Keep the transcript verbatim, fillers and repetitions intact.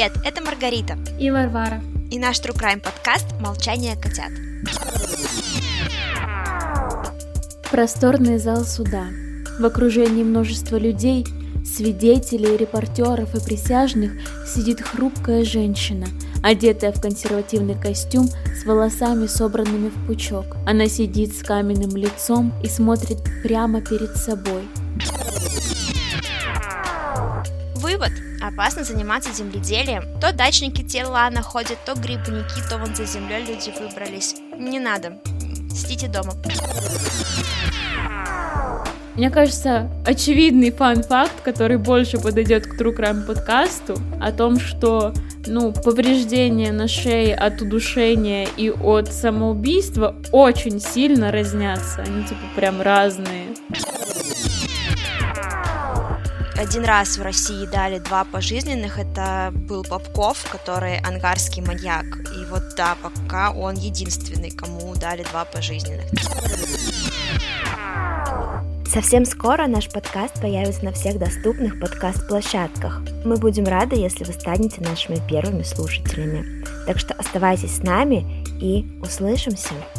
Привет, это Маргарита и Варвара и наш True Crime подкаст «Молчание котят». Просторный зал суда. В окружении множества людей, свидетелей, репортеров и присяжных сидит хрупкая женщина, одетая в консервативный костюм с волосами, собранными в пучок. Она сидит с каменным лицом и смотрит прямо перед собой. Вывод. Опасно заниматься земледелием. То дачники тела находят, то грибники, то вон за землей люди выбрались. Не надо. Сидите дома. Мне кажется, очевидный фан-факт, который больше подойдет к True Crime подкасту, о том, что ну, повреждения на шее от удушения и от самоубийства очень сильно разнятся. Они типа прям разные. Один раз в России дали два пожизненных. Это был Попков, который ангарский маньяк. И вот да, пока он единственный, кому дали два пожизненных. Совсем скоро наш подкаст появится на всех доступных подкаст-площадках. Мы будем рады, если вы станете нашими первыми слушателями. Так что оставайтесь с нами и услышимся!